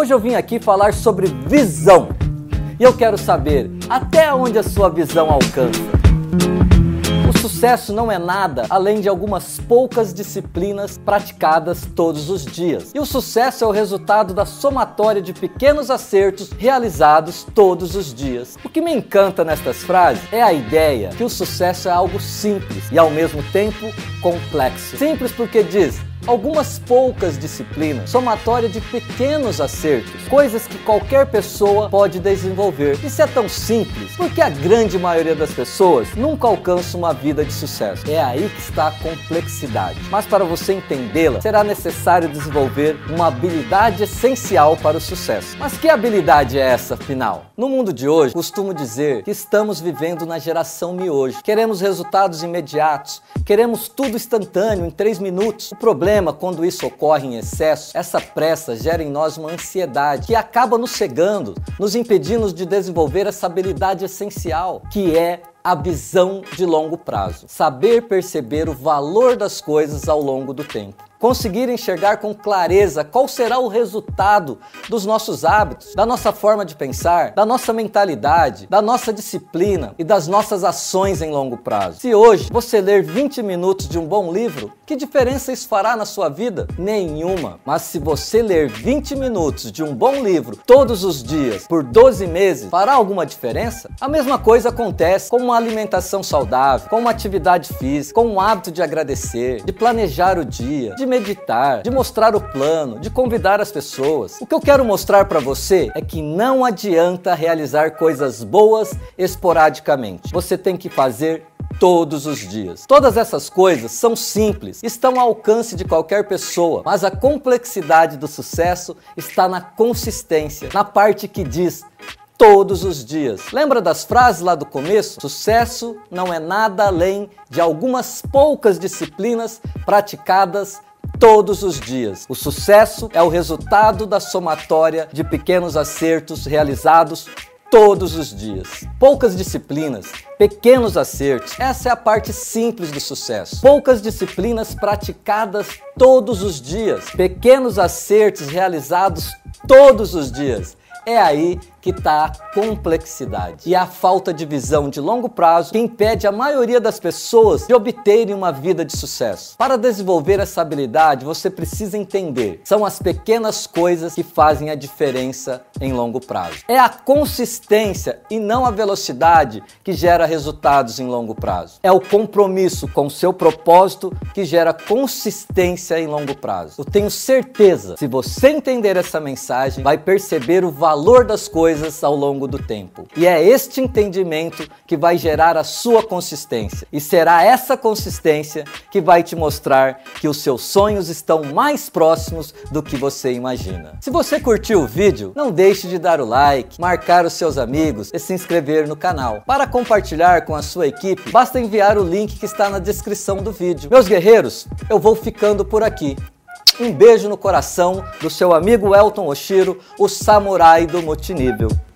Hoje eu vim aqui falar sobre visão. E eu quero saber até onde a sua visão alcança. O sucesso não é nada além de algumas poucas disciplinas praticadas todos os dias. E o sucesso é o resultado da somatória de pequenos acertos realizados todos os dias. O que me encanta nestas frases é a ideia que o sucesso é algo simples e ao mesmo tempo complexo. Simples porque diz algumas poucas disciplinas, somatória de pequenos acertos, coisas que qualquer pessoa pode desenvolver. Isso é tão simples porque a grande maioria das pessoas nunca alcança uma vida de sucesso. É aí que está a complexidade. Mas para você entendê-la, será necessário desenvolver uma habilidade essencial para o sucesso. Mas que habilidade é essa, afinal? No mundo de hoje, costumo dizer que estamos vivendo na geração miojo. Queremos resultados imediatos, queremos tudo instantâneo, em 3 minutos. O problema quando isso ocorre em excesso, essa pressa gera em nós uma ansiedade que acaba nos cegando, nos impedindo de desenvolver essa habilidade essencial, que é a visão de longo prazo. Saber perceber o valor das coisas ao longo do tempo. Conseguir enxergar com clareza qual será o resultado dos nossos hábitos, da nossa forma de pensar, da nossa mentalidade, da nossa disciplina e das nossas ações em longo prazo. Se hoje você ler 20 minutos de um bom livro, que diferença isso fará na sua vida? Nenhuma. Mas se você ler 20 minutos de um bom livro todos os dias por 12 meses, fará alguma diferença? A mesma coisa acontece com uma alimentação saudável, com uma atividade física, com o hábito de agradecer, de planejar o dia, de meditar, de mostrar o plano, de convidar as pessoas. O que eu quero mostrar para você é que não adianta realizar coisas boas esporadicamente. Você tem que fazer todos os dias. Todas essas coisas são simples, estão ao alcance de qualquer pessoa, mas a complexidade do sucesso está na consistência, na parte que diz todos os dias. Lembra das frases lá do começo? Sucesso não é nada além de algumas poucas disciplinas praticadas todos os dias. O sucesso é o resultado da somatória de pequenos acertos realizados todos os dias. Poucas disciplinas, pequenos acertos. Essa é a parte simples do sucesso. Poucas disciplinas praticadas todos os dias. Pequenos acertos realizados todos os dias. É aí que está a complexidade e a falta de visão de longo prazo que impede a maioria das pessoas de obterem uma vida de sucesso. Para desenvolver essa habilidade, você precisa entender: são as pequenas coisas que fazem a diferença em longo prazo. É a consistência e não a velocidade que gera resultados em longo prazo. É o compromisso com o seu propósito que gera consistência em longo prazo. Eu tenho certeza, se você entender essa mensagem, vai perceber o valor das coisas ao longo do tempo. E é este entendimento que vai gerar a sua consistência. E será essa consistência que vai te mostrar que os seus sonhos estão mais próximos do que você imagina. Se você curtiu o vídeo, não deixe de dar o like, marcar os seus amigos e se inscrever no canal. Para compartilhar com a sua equipe, basta enviar o link que está na descrição do vídeo. Meus guerreiros, eu vou ficando por aqui. Um beijo no coração do seu amigo Elton Oshiro, o samurai do multinível.